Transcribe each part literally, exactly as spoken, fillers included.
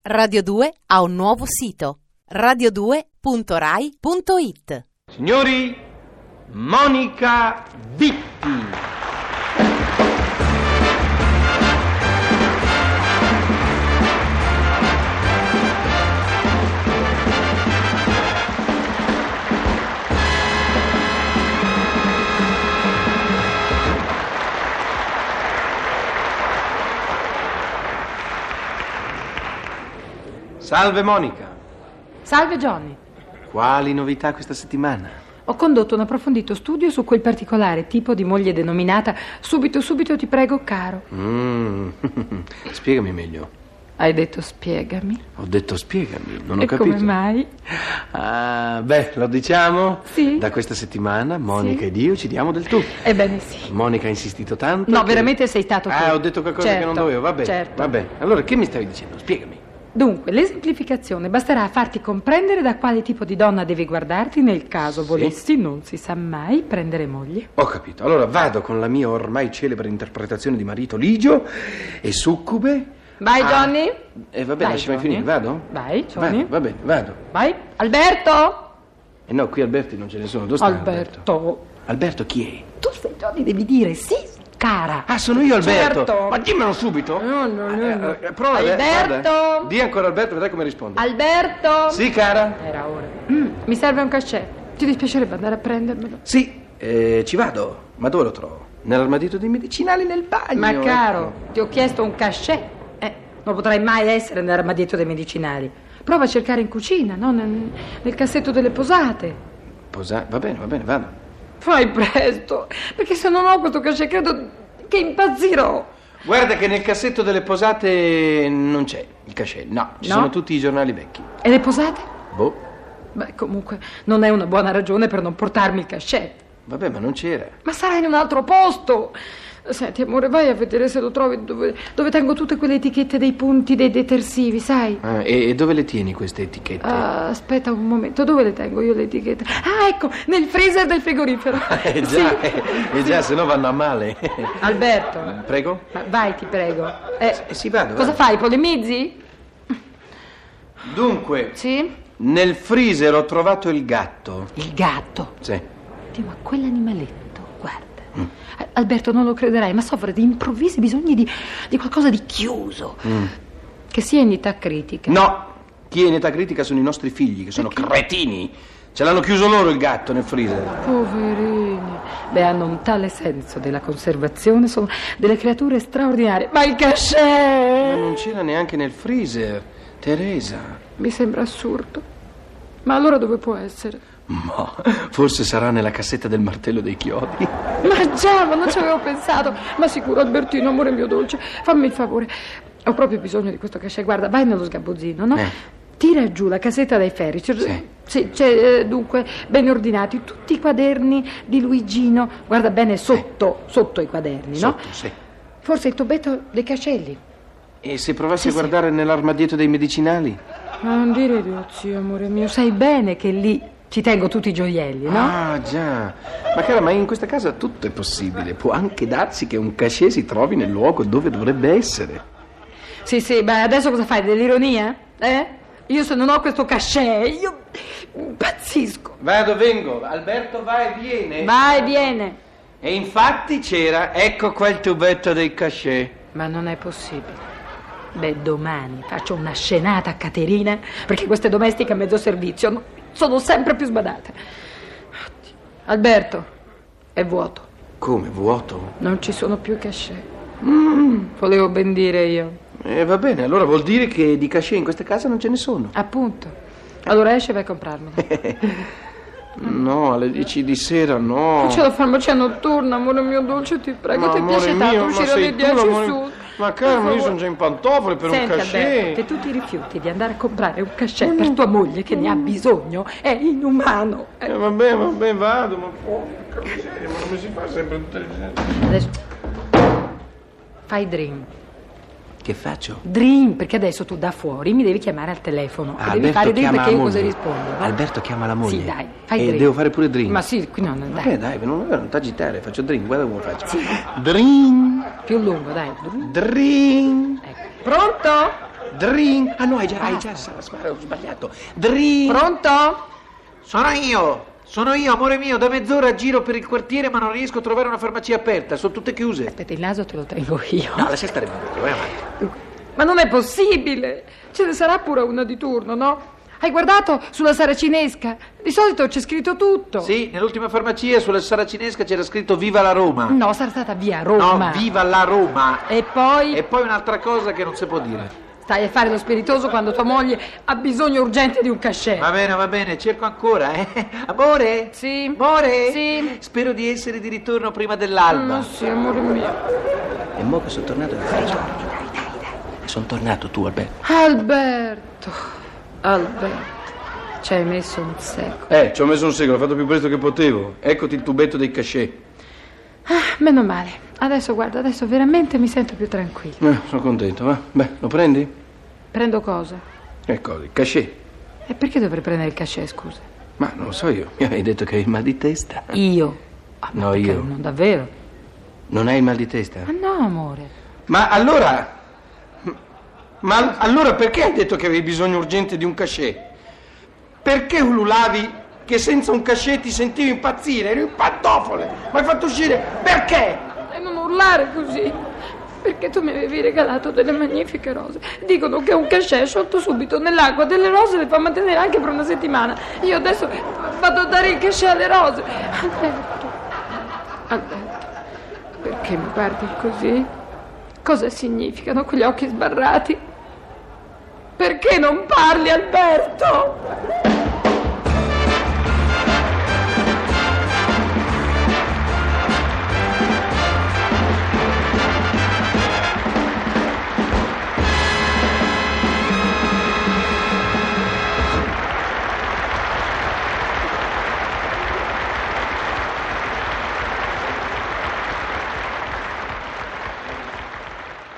Radio due ha un nuovo sito, radio due punto rai punto it. Signori, Monica Vitti. Salve Monica. Salve Johnny. Quali novità questa settimana? Ho condotto un approfondito studio su quel particolare tipo di moglie denominata subito subito ti prego caro. Mm. Spiegami meglio. Hai detto spiegami? Ho detto spiegami, non ho e capito. Come mai? Ah, beh, lo diciamo? Sì. Da questa settimana Monica Sì. ed io ci diamo del tu. Ebbene sì. Monica ha insistito tanto. No, che... veramente sei stato tu. Ah, ho detto qualcosa certo, che non dovevo, va bene. Certo. Va bene. Allora, che mi stavi dicendo? Spiegami. Dunque, l'esemplificazione basterà a farti comprendere da quale tipo di donna devi guardarti nel caso Sì. volessi, non si sa mai, prendere moglie. Ho capito. Allora vado con la mia ormai celebre interpretazione di marito Ligio e succube. Vai Ah. Johnny. E va bene, Vai, lasciami Johnny. finire, vado? Vai Johnny. Vado, va bene, vado. Vai. Alberto. E no, qui Alberti non ce ne sono. Dove sta Alberto? Alberto. Alberto chi è? Tu sei Johnny, devi dire sì, cara. Ah, sono io Alberto. Certo. Ma dimmelo subito. No, no, no, Eh, no. eh, prova, eh, Alberto. guarda. Di ancora Alberto, vedrai come risponde. Alberto. Sì, cara? Era ora. Mm, mi serve un cachet. Ti dispiacerebbe andare a prendermelo? Sì, eh, ci vado. Ma dove lo trovo? Nell'armadito dei medicinali nel bagno. Ma caro, ecco. ti ho chiesto un cachet. Eh, non potrai mai essere nell'armadietto dei medicinali. Prova a cercare in cucina, no? Nel, nel cassetto delle posate. Posa- Va bene, va bene, vado. Fai presto, perché se non ho questo cachet credo che impazzirò. Guarda che nel cassetto delle posate non c'è il cachet. No, ci No? sono tutti i giornali vecchi. E le posate? Boh. Beh, comunque, non è una buona ragione per non portarmi il cachet. Vabbè, ma non c'era. Ma sarà in un altro posto. Senti, amore, vai a vedere se lo trovi dove, dove tengo tutte quelle etichette dei punti dei detersivi, sai? Ah, e, e dove le tieni queste etichette? Ah, aspetta un momento, dove le tengo io le etichette? Ah, ecco, nel freezer del frigorifero. Eh già, Sì. eh, eh già, se no vanno a male. Alberto, Prego? ma vai, ti prego. Eh, Eh sì, vado. cosa vado. fai, polemizzi? Dunque, Sì? nel freezer ho trovato il gatto. Il gatto. Sì. Dio, ma quell'animaletto, guarda. Eh, Alberto, non lo crederai, ma soffre di improvvisi bisogni di, di qualcosa di chiuso. Mm. Che sia in età critica. No, chi è in età critica sono i nostri figli, che sono cretini. Ce l'hanno chiuso loro il gatto nel freezer. Poverini. Beh, hanno un tale senso della conservazione, sono delle creature straordinarie. Ma il Ma cachet! non c'era neanche nel freezer, Teresa. Mi sembra assurdo. Ma allora dove può essere? Ma forse sarà nella cassetta del martello dei chiodi. Ma già, ma non ci avevo pensato. Ma sicuro, Albertino, amore mio dolce, fammi il favore. Ho proprio bisogno di questo cachet. Guarda, vai nello sgabuzzino, no? Eh. Tira giù la cassetta dai ferri. C'è, Sì. sì, c'è, eh, dunque, ben ordinati, tutti i quaderni di Luigino. Guarda bene sotto, sotto i quaderni, no? Sotto, sì. Forse il tubetto dei cacelli. E se provassi Sì, a sì. guardare nell'armadietto dei medicinali? Ma non dire idiozie, amore mio. Sai bene che lì ci tengo tutti i gioielli, no? Ah, già. Ma cara, ma in questa casa tutto è possibile. Può anche darsi che un cachet si trovi nel luogo dove dovrebbe essere. Sì, sì, beh, adesso cosa fai? Dell'ironia? Eh? Io se non ho questo cachet, io impazzisco. Vado, vengo. Alberto va e viene. Vai, viene. E infatti c'era, ecco qua il tubetto del cachet. Ma non è possibile. Beh, domani faccio una scenata a Caterina, perché queste domestiche a mezzo servizio no, sono sempre più sbadate. Oddio. Alberto, è vuoto. Come, vuoto? Non ci sono più cachet. Mm, volevo ben dire io. Eh, va bene, allora vuol dire che di cachet in questa casa non ce ne sono. Appunto. Allora esci e vai a comprarmelo. No, alle dieci di sera no. C'è la farmacia notturna, amore mio dolce, ti prego. Ma ti amore piace mio, tanto ma uscire sei alle tu dieci l'amore- su? Ma caro, Per ma io favore. sono già in pantofole per Senti, un cachet. Alberto, che tu ti rifiuti di andare a comprare un cachet per tua moglie che ne ha bisogno è inumano. Eh, Eh, vabbè, vabbè, vado, ma porca miseria, ma come si fa sempre tutte le gente? Adesso fai dream. Che faccio? Dream, perché adesso tu da fuori mi devi chiamare al telefono. Ah, e devi Alberto fare dream chiama perché la io cosa moglie. rispondo? va? Alberto chiama la moglie. Sì, dai, fai E dream. devo fare pure dream. Ma sì, qui no, no, dai. Vabbè, dai, non, non t'agitare, faccio dream, guarda come faccio. Sì. Dream, Più lungo, dai. dream. Ecco. Pronto? Drin. Ah no, hai già, hai già ho sbagliato. Drin. Pronto? Sono io, sono io, amore mio, da mezz'ora giro per il quartiere ma non riesco a trovare una farmacia aperta, sono tutte chiuse. Aspetta, il naso te lo tengo io. No, lascia stare meglio, vai avanti. Ma non è possibile! Ce ne sarà pure una di turno, no? Hai guardato sulla saracinesca? Di solito c'è scritto tutto. Sì, nell'ultima farmacia sulla saracinesca c'era scritto Viva la Roma. No, sarà stata via Roma. No, Viva la Roma. E poi? E poi un'altra cosa che non si può dire. Stai a fare lo spiritoso quando tua moglie ha bisogno urgente di un cachet. Va bene, va bene, cerco ancora, eh. Amore? Sì. Amore? Sì. Spero di essere di ritorno prima dell'alba. Mm, sì, amore mio. E mo che sono tornato che fai? Dai, dai, dai, dai. Sono tornato tu, Alberto. Alberto. Alberto. Ci hai messo un secolo. Eh, ci ho messo un secolo, ho fatto più presto che potevo. Eccoti il tubetto dei cachet. Ah, meno male. Adesso guarda, adesso veramente mi sento più tranquillo. Eh, sono contento, va. Beh, lo prendi? Prendo cosa? Ecco, il cachet. E perché dovrei prendere il cachet, scusa? Ma non lo so io. Mi avevi detto che hai il mal di testa. Io? Ah, ma No, perché io. non davvero? Non hai il mal di testa? Ma no, amore. Ma allora... Ma allora perché hai detto che avevi bisogno urgente di un cachet? Perché ululavi che senza un cachet ti sentivi impazzire? Eri un pantofole! Mi hai fatto uscire? Perché? E non urlare così. Perché tu mi avevi regalato delle magnifiche rose. Dicono che un cachet sciolto subito nell'acqua delle rose le fa mantenere anche per una settimana. Io adesso vado a dare il cachet alle rose. Alberto, Alberto, perché mi guardi così? Cosa significano quegli occhi sbarrati? Perché non parli, Alberto?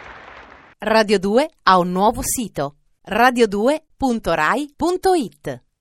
Radio due ha un nuovo sito radio due punto rai punto it.